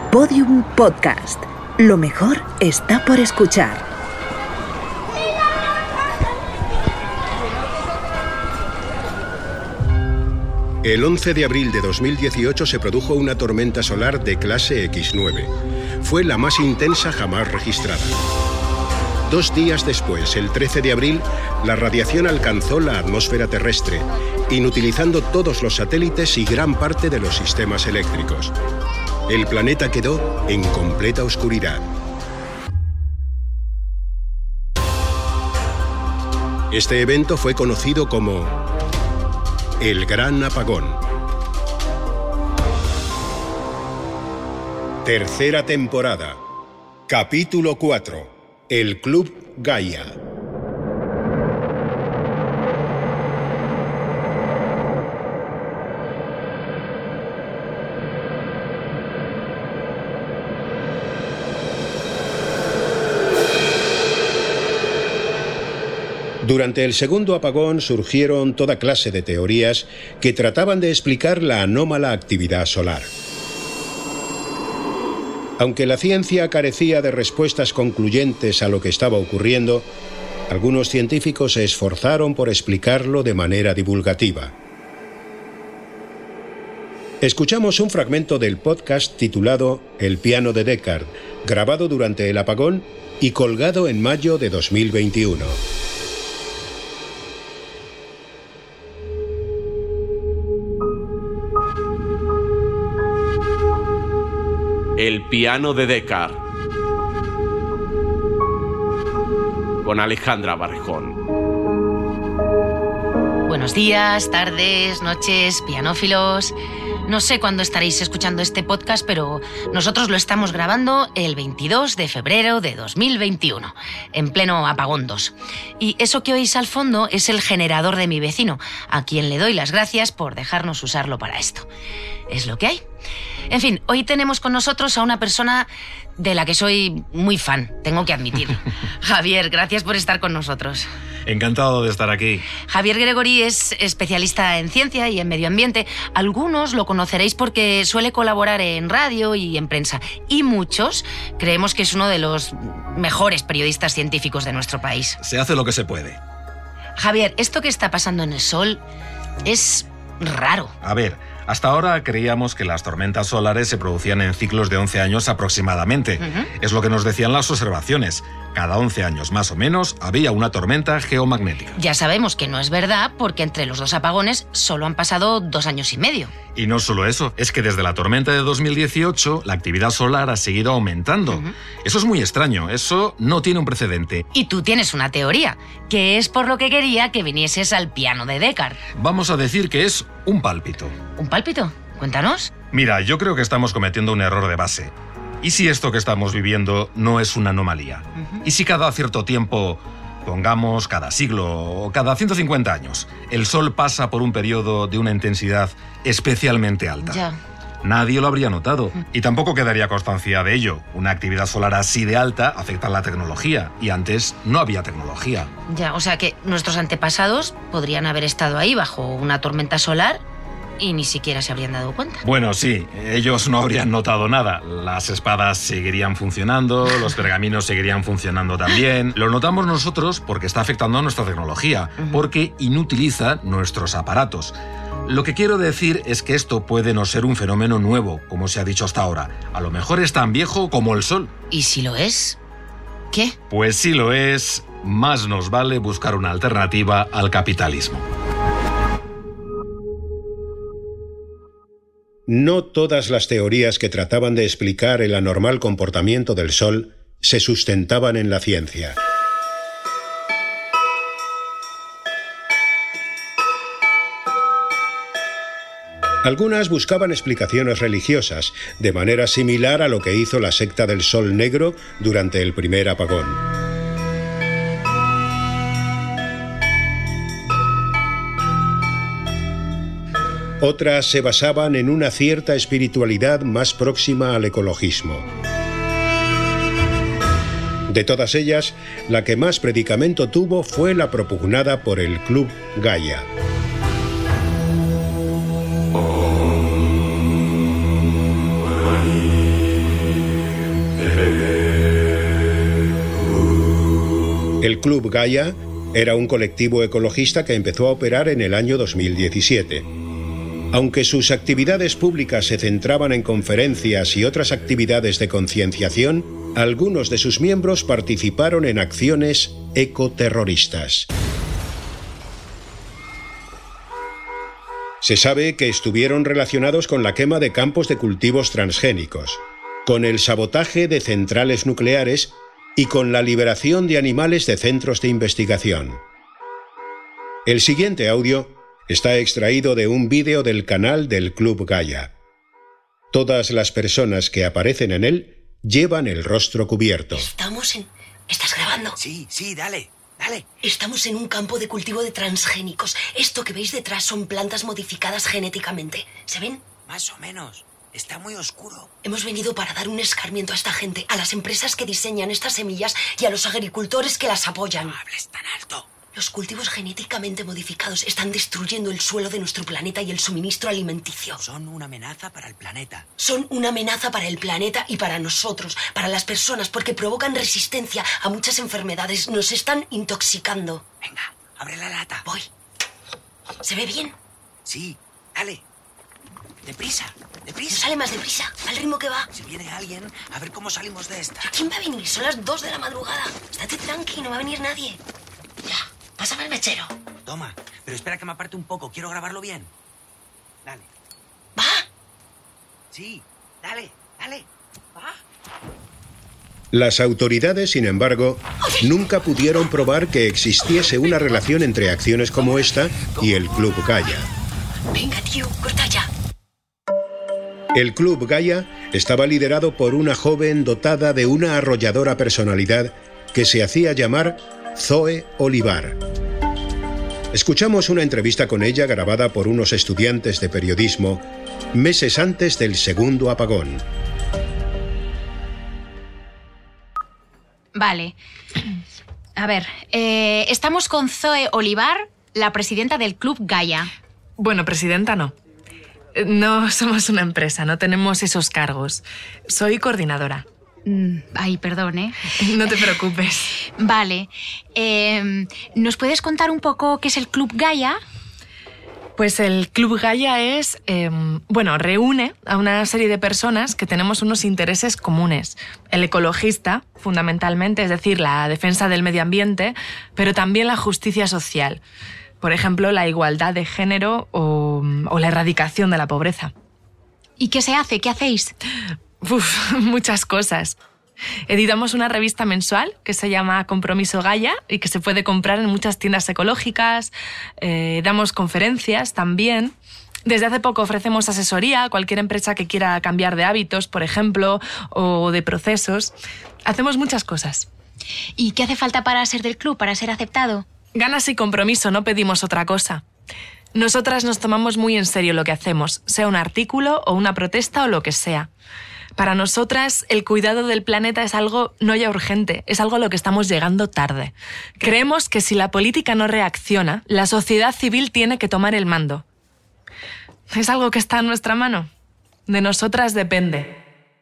Podium Podcast. Lo mejor está por escuchar. El 11 de abril de 2018 se produjo una tormenta solar de clase X9. Fue la más intensa jamás registrada. 2 días después, el 13 de abril, la radiación alcanzó la atmósfera terrestre, inutilizando todos los satélites y gran parte de los sistemas eléctricos. El planeta quedó en completa oscuridad. Este evento fue conocido como el Gran Apagón. Tercera temporada. Capítulo 4. El Club Gaia. Durante el segundo apagón surgieron toda clase de teorías que trataban de explicar la anómala actividad solar. Aunque la ciencia carecía de respuestas concluyentes a lo que estaba ocurriendo, algunos científicos se esforzaron por explicarlo de manera divulgativa. Escuchamos un fragmento del podcast titulado El piano de Descartes, grabado durante el apagón y colgado en mayo de 2021. El piano de Descartes, con Alejandra Barrejón. Buenos días, tardes, noches, pianófilos. No sé cuándo estaréis escuchando este podcast, pero nosotros lo estamos grabando el 22 de febrero de 2021, en pleno apagón 2. Y eso que oís al fondo es el generador de mi vecino, a quien le doy las gracias por dejarnos usarlo para esto. Es lo que hay. En fin, hoy tenemos con nosotros a una persona de la que soy muy fan, tengo que admitirlo. Javier, gracias por estar con nosotros. Encantado de estar aquí. Javier Gregori es especialista en ciencia y en medio ambiente. Algunos lo conoceréis porque suele colaborar en radio y en prensa. Y muchos creemos que es uno de los mejores periodistas científicos de nuestro país. Se hace lo que se puede. Javier, esto que está pasando en el Sol es raro. A ver, hasta ahora creíamos que las tormentas solares se producían en ciclos de 11 años aproximadamente. Es lo que nos decían las observaciones. Cada 11 años más o menos había una tormenta geomagnética. Ya sabemos que no es verdad porque entre los 2 apagones solo han pasado 2 años y medio. Y no solo eso, es que desde la tormenta de 2018 la actividad solar ha seguido aumentando. Eso es muy extraño, eso no tiene un precedente. Y tú tienes una teoría, que es por lo que quería que vinieses al piano de Descartes. Vamos a decir que es un pálpito. ¿Un pálpito? Cuéntanos. Mira, yo creo que estamos cometiendo un error de base. ¿Y si esto que estamos viviendo no es una anomalía? ¿Y si cada cierto tiempo, pongamos cada siglo o cada 150 años, el Sol pasa por un periodo de una intensidad especialmente alta? Ya. Nadie lo habría notado y tampoco quedaría constancia de ello. Una actividad solar así de alta afecta a la tecnología y antes no había tecnología. Ya, o sea que nuestros antepasados podrían haber estado ahí bajo una tormenta solar y ni siquiera se habrían dado cuenta. Bueno, sí, ellos no habrían notado nada. Las espadas seguirían funcionando, los pergaminos seguirían funcionando también. Lo notamos nosotros porque está afectando a nuestra tecnología, porque inutiliza nuestros aparatos. Lo que quiero decir es que esto puede no ser un fenómeno nuevo, como se ha dicho hasta ahora. A lo mejor es tan viejo como el Sol. ¿Y si lo es? ¿Qué? Pues si lo es, más nos vale buscar una alternativa al capitalismo. No todas las teorías que trataban de explicar el anormal comportamiento del Sol se sustentaban en la ciencia. Algunas buscaban explicaciones religiosas, de manera similar a lo que hizo la secta del Sol Negro durante el primer apagón. Otras se basaban en una cierta espiritualidad más próxima al ecologismo. De todas ellas, la que más predicamento tuvo fue la propugnada por el Club Gaia. El Club Gaia era un colectivo ecologista que empezó a operar en el año 2017. Aunque sus actividades públicas se centraban en conferencias y otras actividades de concienciación, algunos de sus miembros participaron en acciones ecoterroristas. Se sabe que estuvieron relacionados con la quema de campos de cultivos transgénicos, con el sabotaje de centrales nucleares y con la liberación de animales de centros de investigación. El siguiente audio está extraído de un vídeo del canal del Club Gaia. Todas las personas que aparecen en él llevan el rostro cubierto. ¿Estás grabando? Sí, dale. Estamos en un campo de cultivo de transgénicos. Esto que veis detrás son plantas modificadas genéticamente. ¿Se ven? Más o menos. Está muy oscuro. Hemos venido para dar un escarmiento a esta gente, a las empresas que diseñan estas semillas y a los agricultores que las apoyan. No hables tan alto. Los cultivos genéticamente modificados están destruyendo el suelo de nuestro planeta y el suministro alimenticio. Son una amenaza para el planeta. Son una amenaza para el planeta y para nosotros, para las personas, porque provocan resistencia a muchas enfermedades. Nos están intoxicando. Venga, abre la lata. Voy. ¿Se ve bien? Sí, dale. Deprisa. No sale más deprisa, al ritmo que va. Si viene alguien, a ver cómo salimos de esta. ¿Quién va a venir? Son las 2 de la madrugada. Estate tranqui, no va a venir nadie. Ya, pásame el mechero. Toma, pero espera que me aparte un poco. Quiero grabarlo bien. Dale. ¿Va? Sí, dale. Va. Las autoridades, sin embargo, nunca pudieron probar que existiese una relación entre acciones como esta y el Club Gaia. Venga, tío, corta ya. El Club Gaia estaba liderado por una joven dotada de una arrolladora personalidad que se hacía llamar Zoe Olivar. Escuchamos una entrevista con ella grabada por unos estudiantes de periodismo meses antes del segundo apagón. Vale. A ver, estamos con Zoe Olivar, la presidenta del Club Gaia. Bueno, presidenta no. No somos una empresa, no tenemos esos cargos. Soy coordinadora. Ay, perdón, ¿eh? No te preocupes. Vale. ¿Nos puedes contar un poco qué es el Club Gaia? Pues el Club Gaia es... reúne a una serie de personas que tenemos unos intereses comunes. El ecologista, fundamentalmente, es decir, la defensa del medio ambiente, pero también la justicia social. Por ejemplo, la igualdad de género o la erradicación de la pobreza. ¿Y qué se hace? ¿Qué hacéis? Muchas cosas. Editamos una revista mensual que se llama Compromiso Gaia y que se puede comprar en muchas tiendas ecológicas. Damos conferencias también. Desde hace poco ofrecemos asesoría a cualquier empresa que quiera cambiar de hábitos, por ejemplo, o de procesos. Hacemos muchas cosas. ¿Y qué hace falta para ser del club, para ser aceptado? Ganas y compromiso, no pedimos otra cosa. Nosotras nos tomamos muy en serio lo que hacemos, sea un artículo o una protesta o lo que sea. Para nosotras, el cuidado del planeta es algo no ya urgente, es algo a lo que estamos llegando tarde. Creemos que si la política no reacciona, la sociedad civil tiene que tomar el mando. Es algo que está en nuestra mano. De nosotras depende.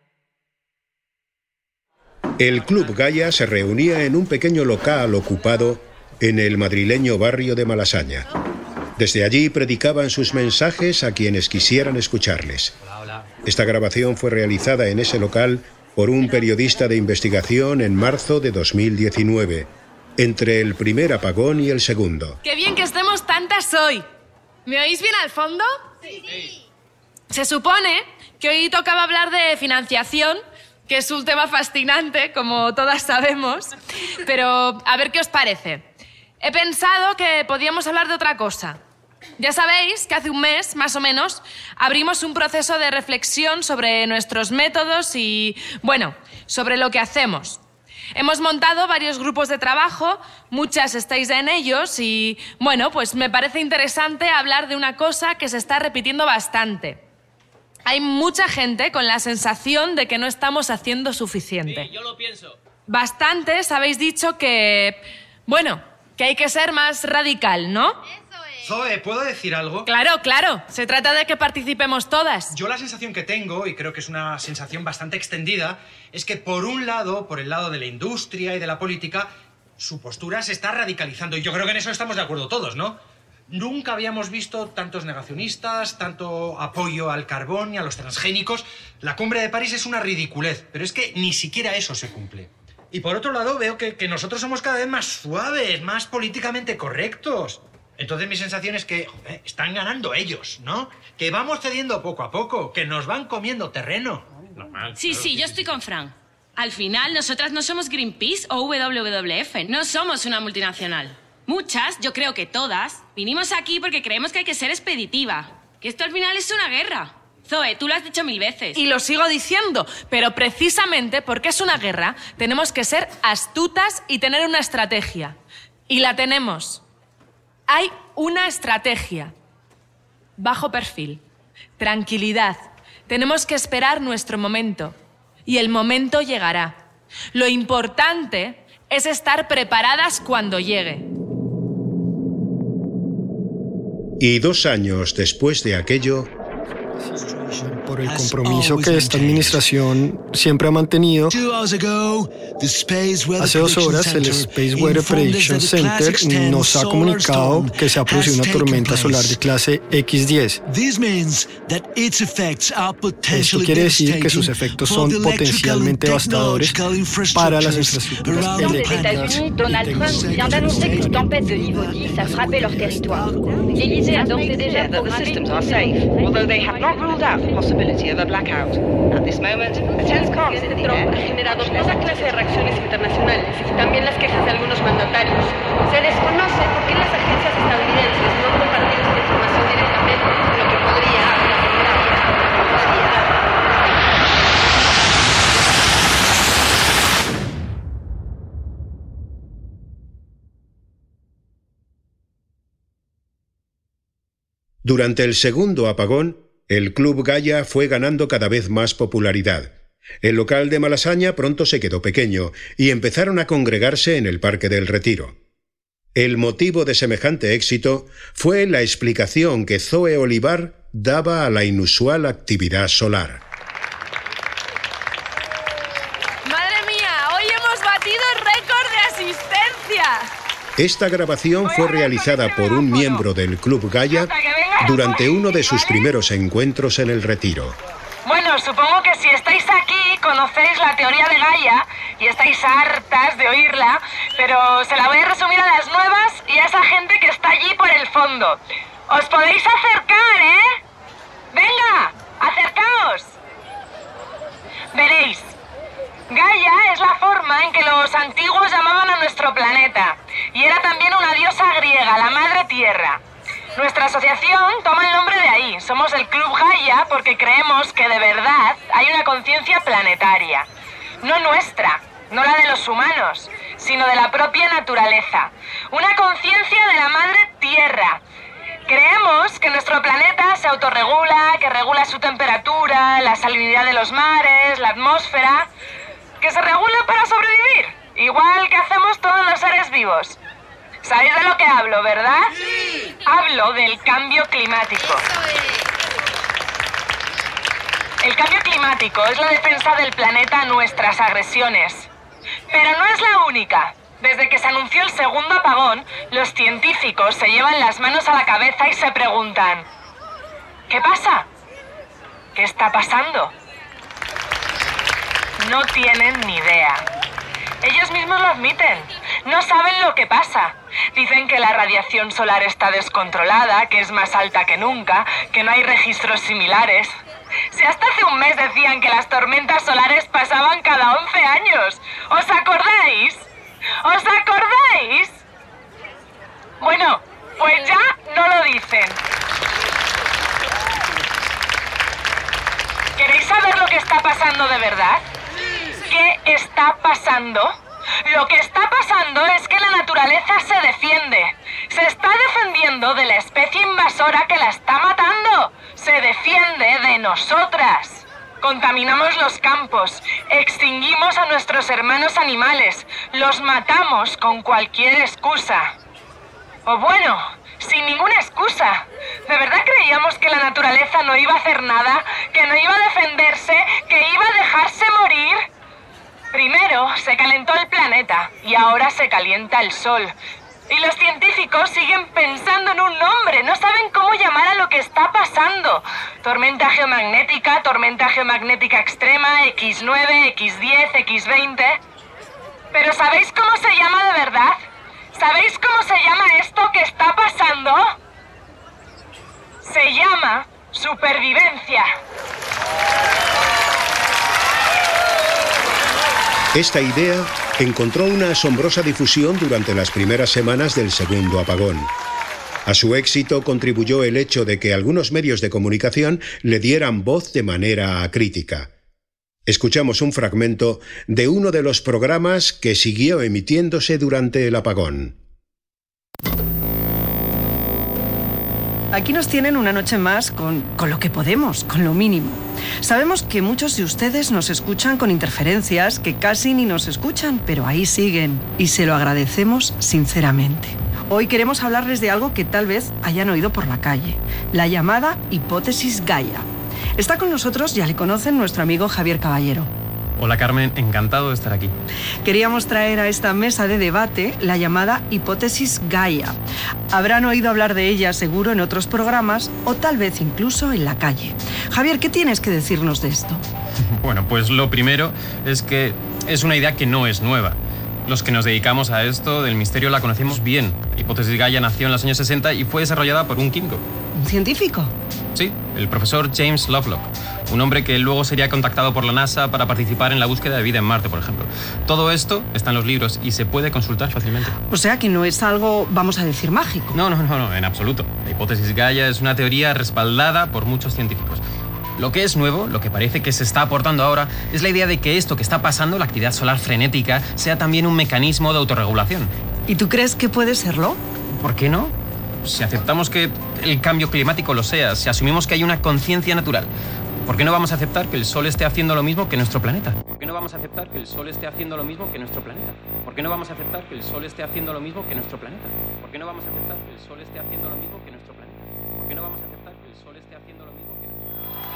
El Club Gaia se reunía en un pequeño local ocupado en el madrileño barrio de Malasaña. Desde allí predicaban sus mensajes a quienes quisieran escucharles. Esta grabación fue realizada en ese local por un periodista de investigación en marzo de 2019, entre el primer apagón y el segundo. ¡Qué bien que estemos tantas hoy! ¿Me oís bien al fondo? Sí. Se supone que hoy tocaba hablar de financiación, que es un tema fascinante, como todas sabemos. Pero, a ver qué os parece. He pensado que podíamos hablar de otra cosa. Ya sabéis que hace un mes, más o menos, abrimos un proceso de reflexión sobre nuestros métodos y, sobre lo que hacemos. Hemos montado varios grupos de trabajo, muchas estáis en ellos y, me parece interesante hablar de una cosa que se está repitiendo bastante. Hay mucha gente con la sensación de que no estamos haciendo suficiente. Sí, yo lo pienso. Bastantes habéis dicho que hay que ser más radical, ¿no? Zoe, ¿puedo decir algo? Claro. Se trata de que participemos todas. Yo la sensación que tengo, y creo que es una sensación bastante extendida, es que por un lado, por el lado de la industria y de la política, Su postura se está radicalizando y yo creo que en eso estamos de acuerdo todos, ¿no? Nunca habíamos visto tantos negacionistas, tanto apoyo al carbón y a los transgénicos. La cumbre de París es una ridiculez, pero es que ni siquiera eso se cumple. Y por otro lado veo que nosotros somos cada vez más suaves, más políticamente correctos. Entonces mi sensación es que están ganando ellos, ¿no? Que vamos cediendo poco a poco, que nos van comiendo terreno. Normal, sí, yo estoy con Fran. Al final, nosotras no somos Greenpeace o WWF, no somos una multinacional. Muchas, yo creo que todas, vinimos aquí porque creemos que hay que ser expeditiva. Que esto al final es una guerra. Zoe, tú lo has dicho 1000 veces. Y lo sigo diciendo, pero precisamente porque es una guerra, tenemos que ser astutas y tener una estrategia. Y la tenemos. Hay una estrategia. Bajo perfil. Tranquilidad. Tenemos que esperar nuestro momento. Y el momento llegará. Lo importante es estar preparadas cuando llegue. Y 2 años después de aquello, por el compromiso que esta administración siempre ha mantenido. Hace 2 horas el Space Weather Prediction Center nos ha comunicado que se ha producido una tormenta solar de clase X10. Esto quiere decir que sus efectos son potencialmente devastadores para las infraestructuras eléctricas. Donald Trump vient d'annoncer qu'une tempête de niveau 10 a frappé leur territoire. L'Élysée a d'ores et déjà of a blackout. At this moment, a tense calm in the air ha generado toda clase de reacciones internacionales y también las quejas de algunos mandatarios. Se desconoce por qué las agencias estadounidenses no comparten esta información directamente, lo que podría durante el segundo apagón, el Club Gaia fue ganando cada vez más popularidad. El local de Malasaña pronto se quedó pequeño y empezaron a congregarse en el Parque del Retiro. El motivo de semejante éxito fue la explicación que Zoe Olivar daba a la inusual actividad solar. ¡Madre mía! ¡Hoy hemos batido el récord de asistencia! Esta grabación fue realizada por un miembro del Club Gaia durante uno de sus primeros encuentros en el Retiro. Bueno, supongo que si estáis aquí conocéis la teoría de Gaia y estáis hartas de oírla, pero se la voy a resumir a las nuevas y a esa gente que está allí por el fondo. ¡Os podéis acercar, eh! ¡Venga! ¡Acercaos! Veréis. Gaia es la forma en que los antiguos llamaban a nuestro planeta y era también una diosa griega, la Madre Tierra. Nuestra asociación toma el nombre de ahí. Somos el Club Gaia porque creemos que de verdad hay una conciencia planetaria. No nuestra, no la de los humanos, sino de la propia naturaleza. Una conciencia de la Madre Tierra. Creemos que nuestro planeta se autorregula, que regula su temperatura, la salinidad de los mares, la atmósfera, que se regula para sobrevivir, igual que hacemos todos los seres vivos. ¿Sabéis de lo que hablo, verdad? Sí. Hablo del cambio climático. El cambio climático es la defensa del planeta a nuestras agresiones. Pero no es la única. Desde que se anunció el segundo apagón, los científicos se llevan las manos a la cabeza y se preguntan: ¿qué pasa? ¿Qué está pasando? No tienen ni idea. Ellos mismos lo admiten. No saben lo que pasa. Dicen que la radiación solar está descontrolada, que es más alta que nunca, que no hay registros similares. Si hasta hace un mes decían que las tormentas solares pasaban cada 11 años. ¿Os acordáis? ¿Os acordáis? Bueno, pues ya no lo dicen. ¿Queréis saber lo que está pasando de verdad? ¿Qué está pasando? Lo que está pasando es que la naturaleza se defiende. Se está defendiendo de la especie invasora que la está matando. Se defiende de nosotras. Contaminamos los campos, extinguimos a nuestros hermanos animales, los matamos con cualquier excusa. O bueno, sin ninguna excusa. ¿De verdad creíamos que la naturaleza no iba a hacer nada? ¿Que no iba a defenderse? ¿Que iba a dejarse morir? Primero se calentó el planeta planeta y ahora se calienta el Sol. Y los científicos siguen pensando en un nombre, no saben cómo llamar a lo que está pasando. Tormenta geomagnética extrema, X9, X10, X20... ¿Pero sabéis cómo se llama de verdad? ¿Sabéis cómo se llama esto que está pasando? Se llama supervivencia. Esta idea encontró una asombrosa difusión durante las primeras semanas del segundo apagón. A su éxito contribuyó el hecho de que algunos medios de comunicación le dieran voz de manera crítica. Escuchamos un fragmento de uno de los programas que siguió emitiéndose durante el apagón. Aquí nos tienen una noche más con lo que podemos, con lo mínimo. Sabemos que muchos de ustedes nos escuchan con interferencias, que casi ni nos escuchan, pero ahí siguen y se lo agradecemos sinceramente. Hoy queremos hablarles de algo que tal vez hayan oído por la calle, la llamada hipótesis Gaia. Está con nosotros, ya le conocen, nuestro amigo Javier Caballero. Hola Carmen, encantado de estar aquí. Queríamos traer a esta mesa de debate la llamada hipótesis Gaia. Habrán oído hablar de ella seguro en otros programas o tal vez incluso en la calle. Javier, ¿qué tienes que decirnos de esto? Bueno, pues lo primero es que es una idea que no es nueva. Los que nos dedicamos a esto del misterio la conocemos bien. La hipótesis Gaia nació en los años 60 y fue desarrollada por un químico. ¿Un científico? Sí, el profesor James Lovelock, un hombre que luego sería contactado por la NASA para participar en la búsqueda de vida en Marte, por ejemplo. Todo esto está en los libros y se puede consultar fácilmente. O sea que no es algo, vamos a decir, mágico. No, en absoluto. La hipótesis Gaia es una teoría respaldada por muchos científicos. Lo que es nuevo, lo que parece que se está aportando ahora, es la idea de que esto que está pasando, la actividad solar frenética, sea también un mecanismo de autorregulación. ¿Y tú crees que puede serlo? ¿Por qué no? Si aceptamos que el cambio climático lo sea, si asumimos que hay una conciencia natural, ¿por qué no vamos a aceptar que el Sol esté haciendo lo mismo que nuestro planeta? ¿Por qué no vamos a aceptar que el Sol esté haciendo lo mismo que nuestro planeta? ¿Por qué no vamos a aceptar que el Sol esté haciendo lo mismo que nuestro planeta? ¿Por qué no vamos a aceptar que el Sol esté haciendo lo mismo que nuestro planeta? ¿Por qué no vamos a aceptar que el Sol esté haciendo lo mismo que nuestro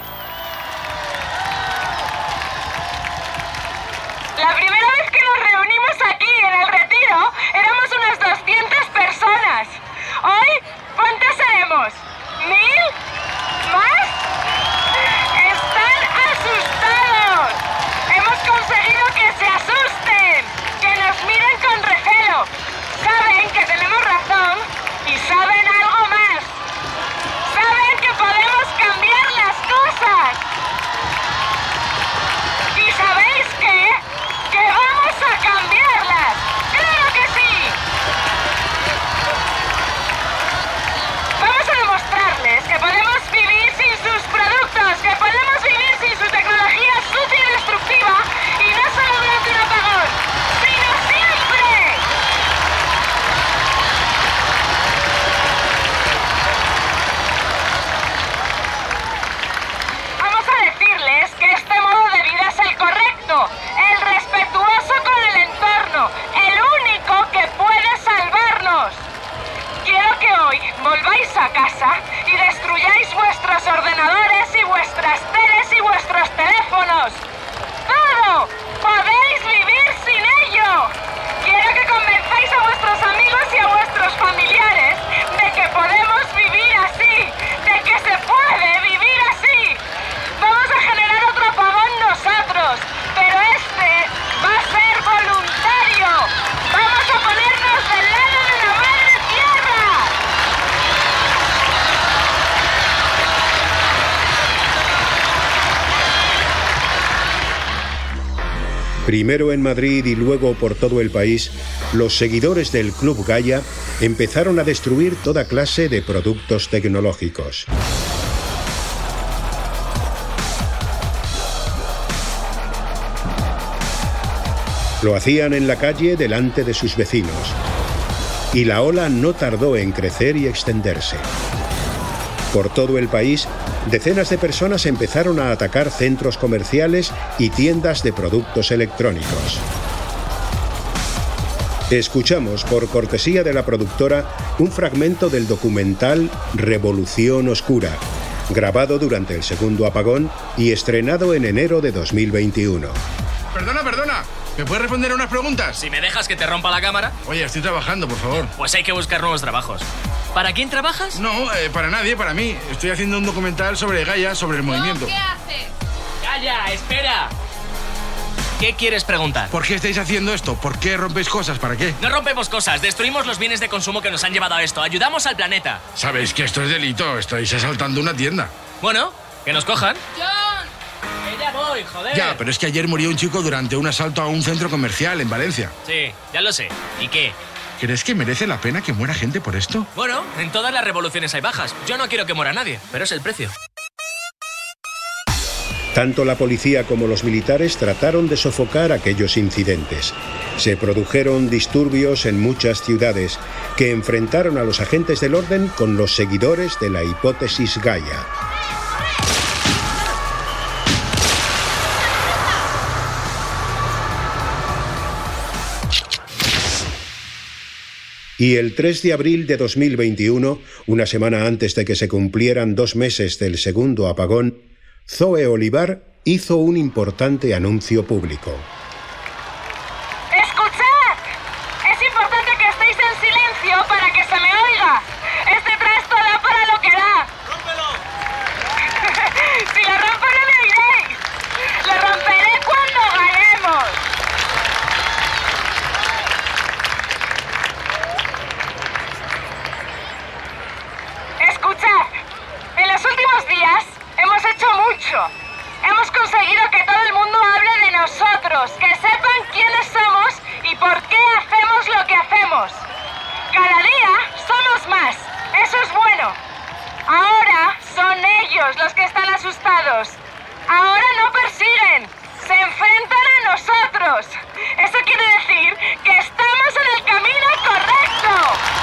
planeta? La primera vez que nos reunimos aquí en el retiro éramos unas 200 personas. Hoy, ¿cuántas seremos? ¿1000? ¿Más? ¡Están asustados! Hemos conseguido que se asusten, que nos miren con recelo. Saben que tenemos razón y saben algo más. Saben que podemos cambiar las cosas. ¿Y sabéis qué? ¡Que vamos a cambiarlas! ¡Claro que sí! Vamos a demostrarles que podemos vivir sin sus productos, que podemos vivir sin su tecnología sucia y destructiva, y no solo durante un apagón, sino siempre. Vamos a decirles que este modo de vida es el correcto, el respetuoso con el entorno, el único que puede salvarnos. Quiero que hoy volváis a casa y destruyáis vuestros ordenadores y vuestras teles y vuestros teléfonos. ¡Todo! ¡Podéis vivir sin ello! Quiero que convenzáis a vuestros amigos y a vuestros familiares de que podemos vivir así, de que se puede vivir así. Vamos a generar otro apagón nosotros, pero este va a ser voluntario. Vamos a ponernos del lado de la madre tierra. Primero en Madrid y luego por todo el país, los seguidores del Club Gaia empezaron a destruir toda clase de productos tecnológicos. Lo hacían en la calle delante de sus vecinos. Y la ola no tardó en crecer y extenderse. Por todo el país, decenas de personas empezaron a atacar centros comerciales y tiendas de productos electrónicos. Escuchamos, por cortesía de la productora, un fragmento del documental Revolución Oscura, grabado durante el segundo apagón y estrenado en enero de 2021. Perdona, ¿Me puedes responder a unas preguntas? Si me dejas que te rompa la cámara. Oye, estoy trabajando, por favor. Pues hay que buscar nuevos trabajos. ¿Para quién trabajas? No, para nadie, para mí. Estoy haciendo un documental sobre Gaia, sobre el movimiento. ¿Qué haces? ¡Calla, espera! ¿Qué quieres preguntar? ¿Por qué estáis haciendo esto? ¿Por qué rompéis cosas? ¿Para qué? No rompemos cosas, destruimos los bienes de consumo que nos han llevado a esto. Ayudamos al planeta. Sabéis que esto es delito, estáis asaltando una tienda. Bueno, que nos cojan. ¡John! Que ya voy, joder. Ya, pero es que ayer murió un chico durante un asalto a un centro comercial en Valencia. Sí, ya lo sé. ¿Y qué? ¿Crees que merece la pena que muera gente por esto? Bueno, en todas las revoluciones hay bajas. Yo no quiero que muera nadie, pero es el precio. Tanto la policía como los militares trataron de sofocar aquellos incidentes. Se produjeron disturbios en muchas ciudades que enfrentaron a los agentes del orden con los seguidores de la hipótesis Gaia. Y el 3 de abril de 2021, una semana antes de que se cumplieran 2 meses del segundo apagón, Zoe Olivar hizo un importante anuncio público. ¡Escuchad! Es importante que estéis en silencio para que se me oiga. Este trasto da para lo que da. ¡Rómpelo! Si lo rompo no me oiréis. Lo romperé cuando ganemos. Escuchad. En los últimos días hemos hecho mucho. Hemos conseguido que todo el mundo hable de nosotros, que sepan quiénes somos y por qué hacemos lo que hacemos. Cada día somos más, eso es bueno. Ahora son ellos los que están asustados. Ahora no persiguen, se enfrentan a nosotros. Eso quiere decir que estamos en el camino correcto.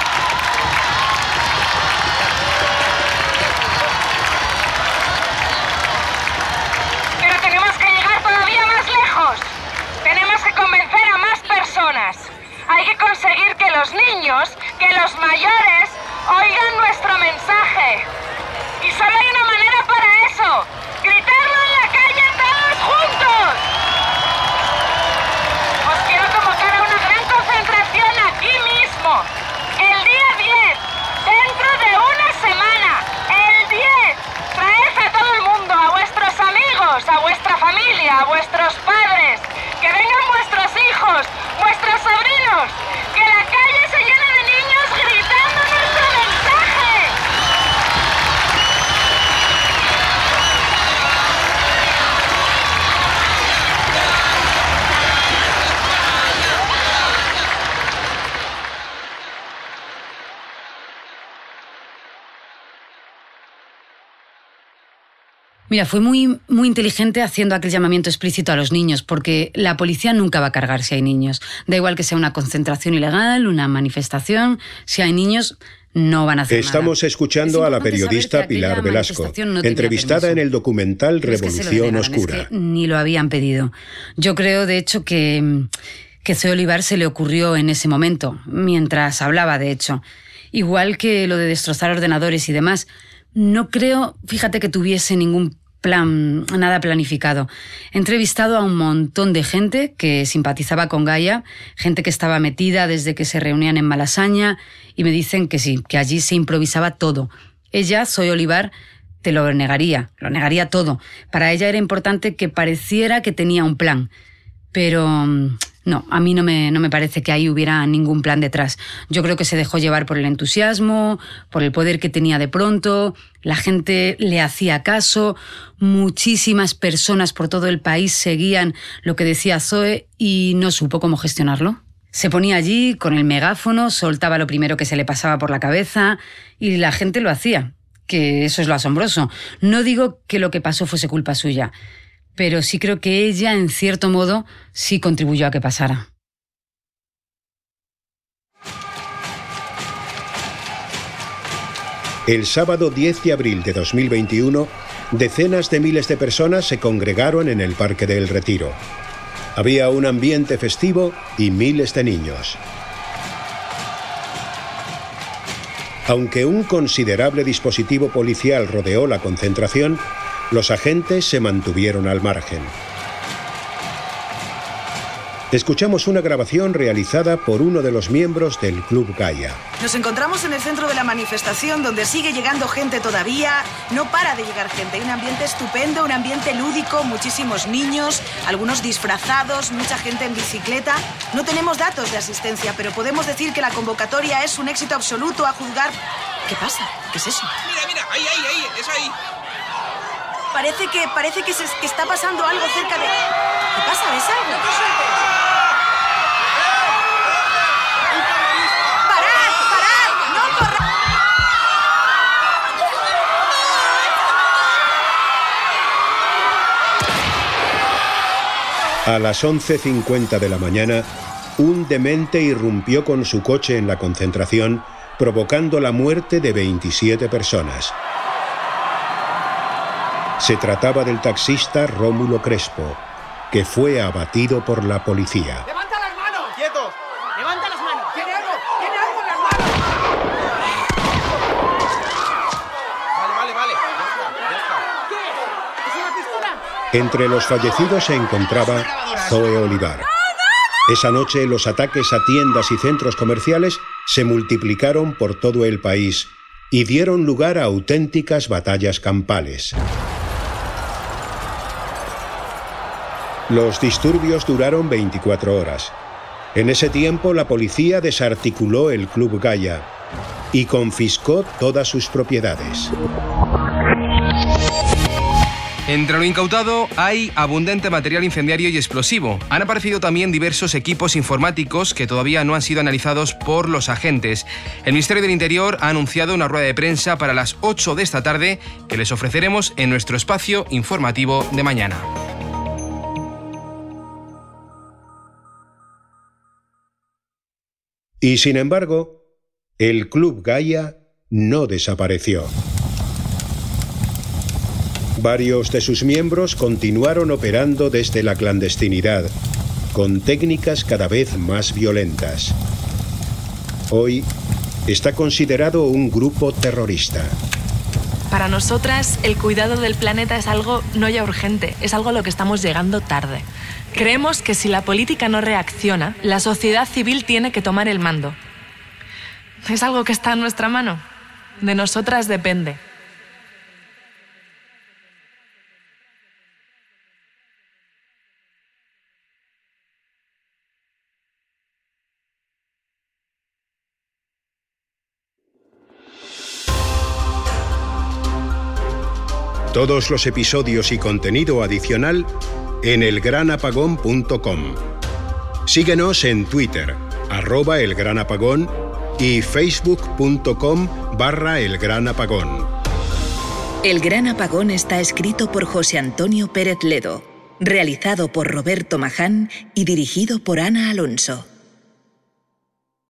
Tenemos que convencer a más personas. Hay que conseguir que los niños, que los mayores, oigan nuestro mensaje. Y solo hay una manera para eso. ¡Gritarlo en la calle todos juntos! Os quiero convocar a una gran concentración aquí mismo. El día 10, dentro de una semana. El 10. Traed a todo el mundo, a vuestros amigos, a vuestra familia, a vuestros padres. Que vengan vuestros hijos, vuestros sobrinos. Que la calle se llene de niños gritando nuestro mensaje. Mira, fue muy inteligente haciendo aquel llamamiento explícito a los niños, porque la policía nunca va a cargar si hay niños. Da igual que sea una concentración ilegal, una manifestación, si hay niños no van a hacer nada. Estamos escuchando a la periodista Pilar Velasco, entrevistada en el documental Revolución Oscura. Es que ni lo habían pedido. Yo creo, de hecho, que Zoe Olivar se le ocurrió en ese momento, mientras hablaba, de hecho. Igual que lo de destrozar ordenadores y demás. No creo, fíjate, que tuviese ningún plan, nada planificado. He entrevistado a un montón de gente que simpatizaba con Gaia, gente que estaba metida desde que se reunían en Malasaña, y me dicen que sí, que allí se improvisaba todo. Ella, Zoe Olivar, te lo negaría todo. Para ella era importante que pareciera que tenía un plan. Pero no, a mí no me parece que ahí hubiera ningún plan detrás. Yo creo que se dejó llevar por el entusiasmo, por el poder que tenía de pronto. La gente le hacía caso. Muchísimas personas por todo el país seguían lo que decía Zoe y no supo cómo gestionarlo. Se ponía allí con el megáfono, soltaba lo primero que se le pasaba por la cabeza y la gente lo hacía, que eso es lo asombroso. No digo que lo que pasó fuese culpa suya, pero sí creo que ella, en cierto modo, sí contribuyó a que pasara. El sábado 10 de abril de 2021, decenas de miles de personas se congregaron en el Parque del Retiro. Había un ambiente festivo y miles de niños. Aunque un considerable dispositivo policial rodeó la concentración, los agentes se mantuvieron al margen. Escuchamos una grabación realizada por uno de los miembros del Club Gaia. Nos encontramos en el centro de la manifestación, donde sigue llegando gente todavía. No para de llegar gente. Hay un ambiente estupendo, un ambiente lúdico, muchísimos niños, algunos disfrazados, mucha gente en bicicleta. No tenemos datos de asistencia, pero podemos decir que la convocatoria es un éxito absoluto a juzgar... ¿Qué pasa? ¿Qué es eso? Mira, ahí, eso ahí. Parece que está pasando algo cerca de... ¿Qué pasa, Besa? No te sueltes. ¡Parad! ¡No corráis! A las 11:50 de la mañana, un demente irrumpió con su coche en la concentración, provocando la muerte de 27 personas. Se trataba del taxista Rómulo Crespo, que fue abatido por la policía. ¡Levanta las manos! ¡Quietos! ¡Levanta las manos! ¡Tiene algo en las manos! Vale. Ya está. ¿Qué? ¿Es una pistola? Entre los fallecidos se encontraba Zoe Olivar. Esa noche los ataques a tiendas y centros comerciales se multiplicaron por todo el país y dieron lugar a auténticas batallas campales. Los disturbios duraron 24 horas. En ese tiempo la policía desarticuló el Club Gaia y confiscó todas sus propiedades. Entre lo incautado hay abundante material incendiario y explosivo. Han aparecido también diversos equipos informáticos que todavía no han sido analizados por los agentes. El Ministerio del Interior ha anunciado una rueda de prensa para las 8 de esta tarde que les ofreceremos en nuestro espacio informativo de mañana. Y sin embargo, el Club Gaia no desapareció. Varios de sus miembros continuaron operando desde la clandestinidad, con técnicas cada vez más violentas. Hoy está considerado un grupo terrorista. Para nosotras, el cuidado del planeta es algo no ya urgente, es algo a lo que estamos llegando tarde. Creemos que si la política no reacciona, la sociedad civil tiene que tomar el mando. Es algo que está en nuestra mano. De nosotras depende. Todos los episodios y contenido adicional en elgranapagón.com. Síguenos en Twitter, @elgranapagón y facebook.com/elgranapagón. El Gran Apagón está escrito por José Antonio Pérez Ledo, realizado por Roberto Maján y dirigido por Ana Alonso.